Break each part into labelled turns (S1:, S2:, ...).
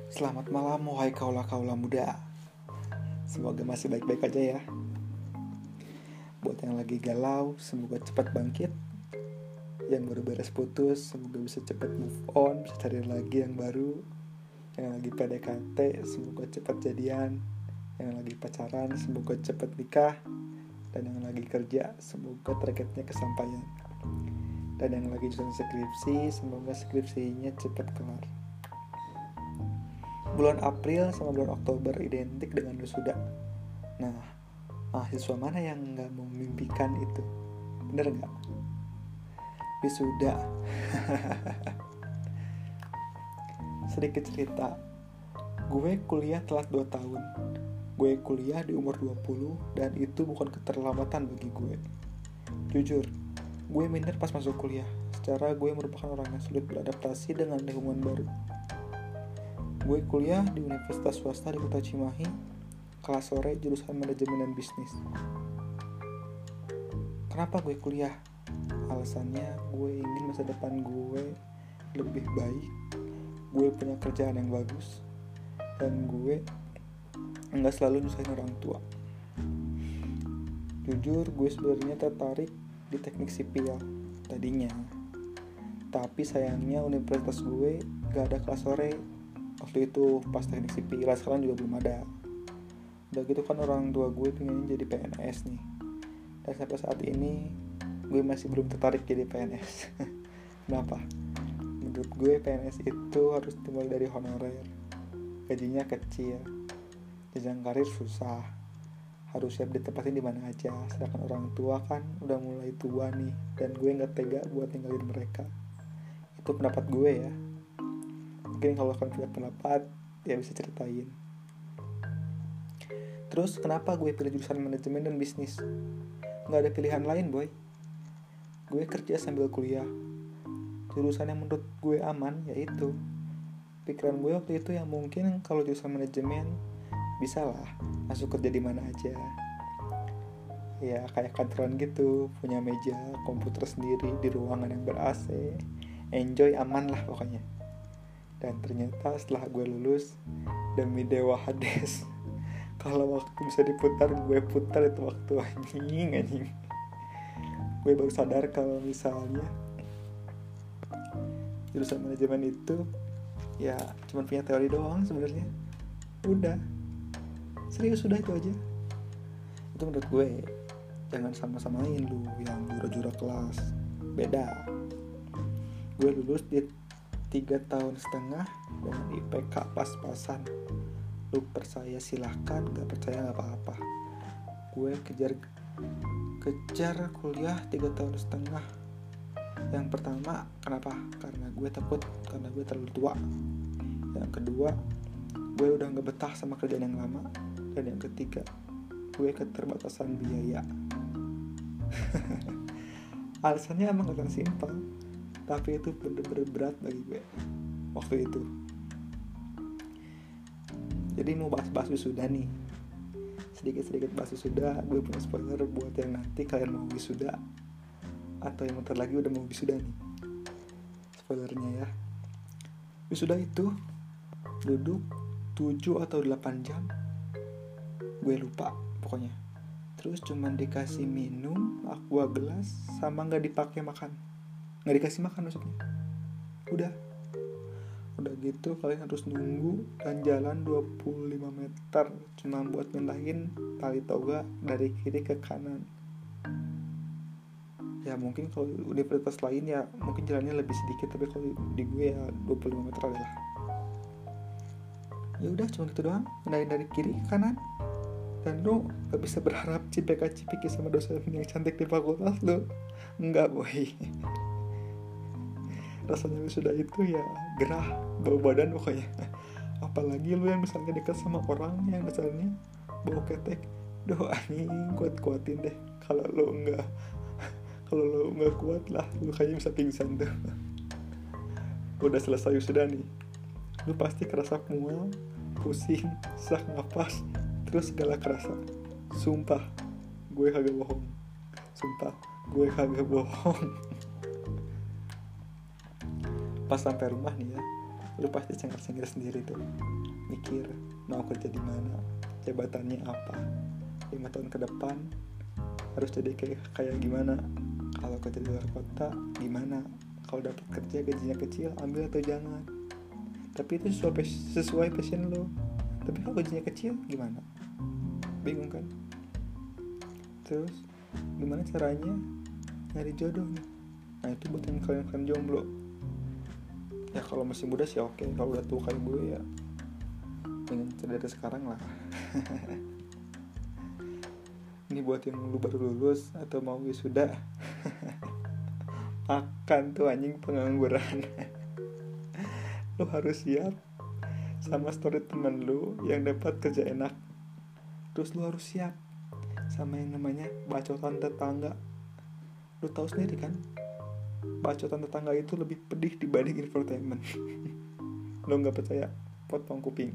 S1: Selamat malam, wahai kaula-kaula muda. Semoga masih baik-baik aja ya. Buat yang lagi galau, semoga cepat bangkit. Yang baru beres putus, semoga bisa cepat move on, bisa cari lagi yang baru. Yang lagi PDKT, semoga cepat jadian. Yang lagi pacaran, semoga cepat nikah. Dan yang lagi kerja, semoga targetnya kesampaian. Dan yang lagi jurusan skripsi, semoga skripsinya cepat kelar. Bulan April sama bulan Oktober identik dengan wisuda. Nah, mahasiswa mana yang gak memimpikan itu? Bener gak? Wisuda. Sedikit cerita. Gue kuliah telat 2 tahun. Gue kuliah di umur 20 dan itu bukan keterlambatan bagi gue. Jujur, gue minder pas masuk kuliah. Secara gue merupakan orang yang sulit beradaptasi dengan lingkungan baru. Gue kuliah di universitas swasta di kota Cimahi, kelas sore jurusan manajemen dan bisnis. Kenapa gue kuliah? Alasannya gue ingin masa depan gue lebih baik, gue punya kerjaan yang bagus, dan gue nggak selalu nyusahin orang tua. Jujur, gue sebenarnya tertarik di teknik sipil tadinya, tapi sayangnya universitas gue gak ada kelas sore. Waktu itu pas teknik sipil, sekarang juga belum ada. Udah gitu kan orang tua gue pengen jadi PNS nih. Dan sampai saat ini gue masih belum tertarik jadi PNS. Kenapa? Menurut gue PNS itu harus dimulai dari honorer. Gajinya kecil, jenjang karir susah, harus siap ditempatin di mana aja. Sedangkan orang tua kan udah mulai tua nih, dan gue nggak tega buat ninggalin mereka. Itu pendapat gue ya. Mungkin kalau kalian punya pendapat, ya bisa ceritain. Terus kenapa gue pilih jurusan manajemen dan bisnis? Gak ada pilihan lain, boy. Gue kerja sambil kuliah. Jurusan yang menurut gue aman, yaitu pikiran gue waktu itu yang mungkin kalau jurusan manajemen bisa lah masuk kerja di mana aja. Ya kayak kantoran gitu, punya meja, komputer sendiri di ruangan yang ber-AC. Enjoy, aman lah pokoknya. Dan ternyata setelah gue lulus, demi dewa Hades, kalau waktu bisa diputar, gue putar itu waktu anjing. Gue baru sadar kalau misalnya jurusan manajemen itu ya cuma punya teori doang sebenarnya. Udah, serius udah itu aja. Itu menurut gue. Jangan sama-samain lu yang jura-jura kelas. Beda. Gue lulus di 3,5 tahun dengan IPK pas-pasan. Lu percaya silahkan, gak percaya gak apa-apa. Gue kejar kuliah 3,5 tahun. Yang pertama, kenapa? Karena gue takut, karena gue terlalu tua. Yang kedua, gue udah gak betah sama kerjaan yang lama. Dan yang ketiga, gue keterbatasan biaya. Alasannya emang gak simpel, tapi itu bener-bener berat bagi gue waktu itu. Jadi mau bahas wisuda nih. Sedikit bahas wisuda. Gue punya spoiler buat yang nanti kalian mau wisuda, atau yang bentar lagi udah mau wisuda nih. Spoilernya ya. Wisuda itu duduk 7 atau 8 jam, gue lupa pokoknya. Terus cuman dikasih minum aqua gelas, sama gak dipakai makan. Gak dikasih makan maksudnya. Udah gitu kalian harus nunggu dan jalan 25 meter cuma buat mindahin tali toga dari kiri ke kanan. Ya mungkin kalau universitas lain ya mungkin jalannya lebih sedikit, tapi kalau di gue ya 25 meter adalah. Ya udah cuma gitu doang, mindahin dari kiri ke kanan. Dan lu gak bisa berharap cipika-cipiki sama dosen yang cantik di fakultas lu. Enggak, boy. Rasanya wisuda itu ya gerah, bau badan pokoknya. Apalagi lu yang misalnya dekat sama orang yang dasarnya bau ketek. Duh anjing, kuat-kuatin deh. Kalau lu enggak kuat lah, lu kayaknya bisa pingsan tuh. Udah selesai wisuda nih, lu pasti kerasa mual, pusing, sesak napas, terus segala kerasa. Sumpah, gue kagak bohong. Pas sampai rumah nih ya, lu pasti cengar-cengir sendiri tuh, mikir mau kerja di mana, jabatannya apa, 5 tahun ke depan harus jadi kayak gimana, kalau kerja di luar kota gimana, kalau dapat kerja gajinya kecil ambil atau jangan. Tapi itu sesuai passion lo. Tapi kalau gajinya kecil gimana, bingung kan? Terus gimana caranya nyari jodoh nih? Nah itu buat yang kalian jomblo. Ya kalau masih muda sih oke, kalau udah tua kayak gue ya pengen dari sekarang lah. Ini buat yang lu baru lulus atau mau wisuda. Makan tuh anjing pengangguran. Lu harus siap sama story temen lu yang dapat kerja enak. Terus lu harus siap sama yang namanya bacotan tetangga. Lu tahu sendiri kan, bacotan tetangga itu lebih pedih dibanding infotainment. Lu gak percaya, potong kuping.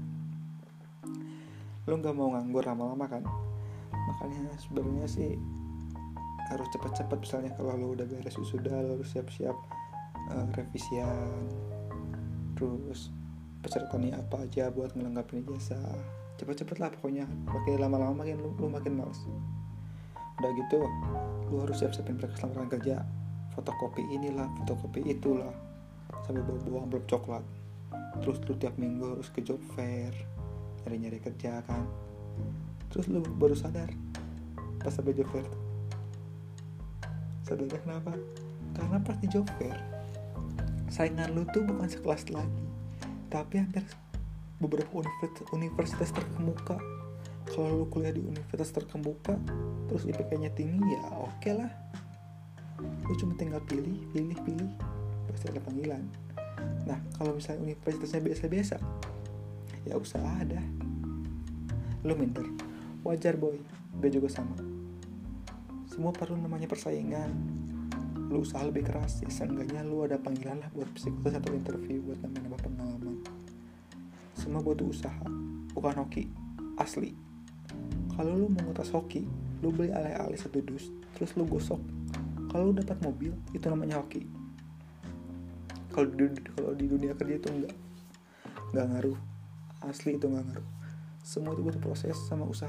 S1: Lu gak mau nganggur lama-lama kan? Makanya sebenarnya sih harus cepat-cepat. Misalnya kalau lu udah beres wisuda, lu harus siap-siap revisian, terus persyaratannya apa aja buat melengkapi ijazah. Cepet-cepet lah pokoknya, makin lama-lama makin lu makin males. Udah gitu lu harus siap-siapin berkas lamaran kerja, fotokopi inilah, fotokopi itulah, sambil bawa amplop coklat. Terus lu tiap minggu harus ke job fair, nyari-nyari kerja kan. Terus lu baru sadar pas sampai job fair. Sadarnya kenapa? Karena pas di job fair saingan lu tuh bukan sekelas lagi, tapi hampir beberapa universitas terkemuka. Kalau lu kuliah di universitas terkemuka terus IPK-nya tinggi, ya oke lah. Lu cuma tinggal pilih pasti ada panggilan. Nah kalau misalnya universitasnya biasa-biasa, ya usaha ada. Lu minder, wajar boy, gue juga sama. Semua perlu namanya persaingan. Lu usaha lebih keras, ya seenggaknya lu ada panggilan lah buat psikotes atau interview buat nambah pengalaman. Semua butuh usaha, bukan hoki asli. Kalau lu mau ngutas hoki, lu beli alih-alih 1 dus, terus lu gosok. Kalau lu dapat mobil, itu namanya hoki. Kalau di dunia kerja itu enggak ngaruh, asli itu enggak ngaruh. Semua itu butuh proses sama usaha.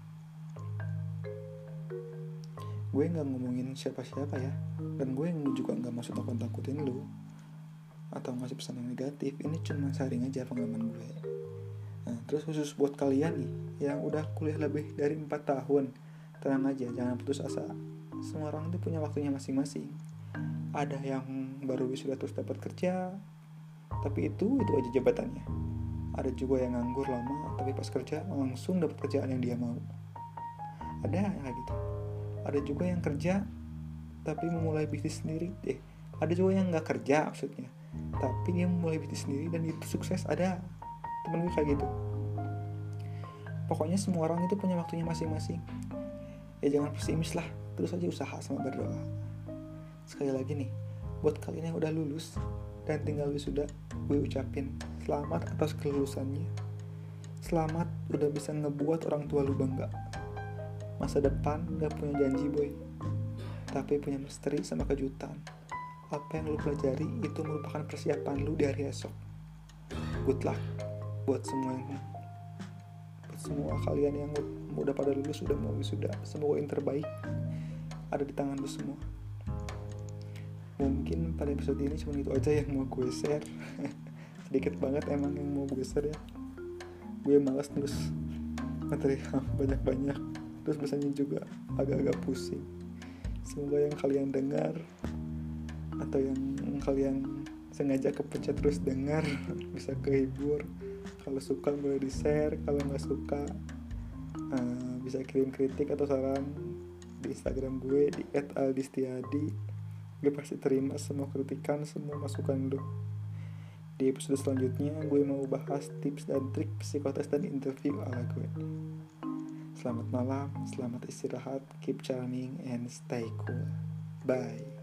S1: Gue nggak ngomongin siapa-siapa ya, dan gue juga nggak maksud takut-takutin lu atau ngasih pesan yang negatif. Ini cuma sharing aja pengalaman gue. Nah, terus khusus buat kalian nih yang udah kuliah lebih dari 4 tahun, tenang aja, jangan putus asa. Semua orang tuh punya waktunya masing-masing. Ada yang baru wisuda terus dapat kerja, tapi itu aja jabatannya. Ada juga yang nganggur lama, tapi pas kerja langsung dapat kerjaan yang dia mau. Ada yang kayak gitu. Ada juga yang kerja tapi memulai bisnis sendiri. Ada juga yang nggak kerja maksudnya, tapi dia memulai bisnis sendiri dan itu sukses. Ada temen gue kayak gitu. Pokoknya semua orang itu punya waktunya masing-masing. Ya jangan pesimis lah, terus aja usaha sama berdoa. Sekali lagi nih, buat kalian yang udah lulus dan tinggal wisuda, gue ucapin selamat atas kelulusannya. Selamat udah bisa ngebuat orang tua lu bangga. Masa depan gak punya janji boy, tapi punya misteri sama kejutan. Apa yang lu pelajari itu merupakan persiapan lu di hari esok. Good luck buat semua kalian yang udah pada lulus, udah mau wisuda. Semoga yang terbaik ada di tangan lu semua. Mungkin pada episode ini cuma itu aja yang mau gue share. Sedikit banget emang yang mau gue share ya. Gue malas terus materi banyak-banyak. Terus biasanya juga agak-agak pusing. Semoga yang kalian dengar atau yang kalian sengaja kepencet terus dengar bisa kehibur. Kalau suka boleh di-share, kalau nggak suka bisa kirim kritik atau saran di Instagram gue di @aldistiadi. Gue pasti terima semua kritikan, semua masukan lu. Di episode selanjutnya gue mau bahas tips dan trik psikotes dan interview ala gue. Selamat malam, selamat istirahat, keep charming and stay cool. Bye.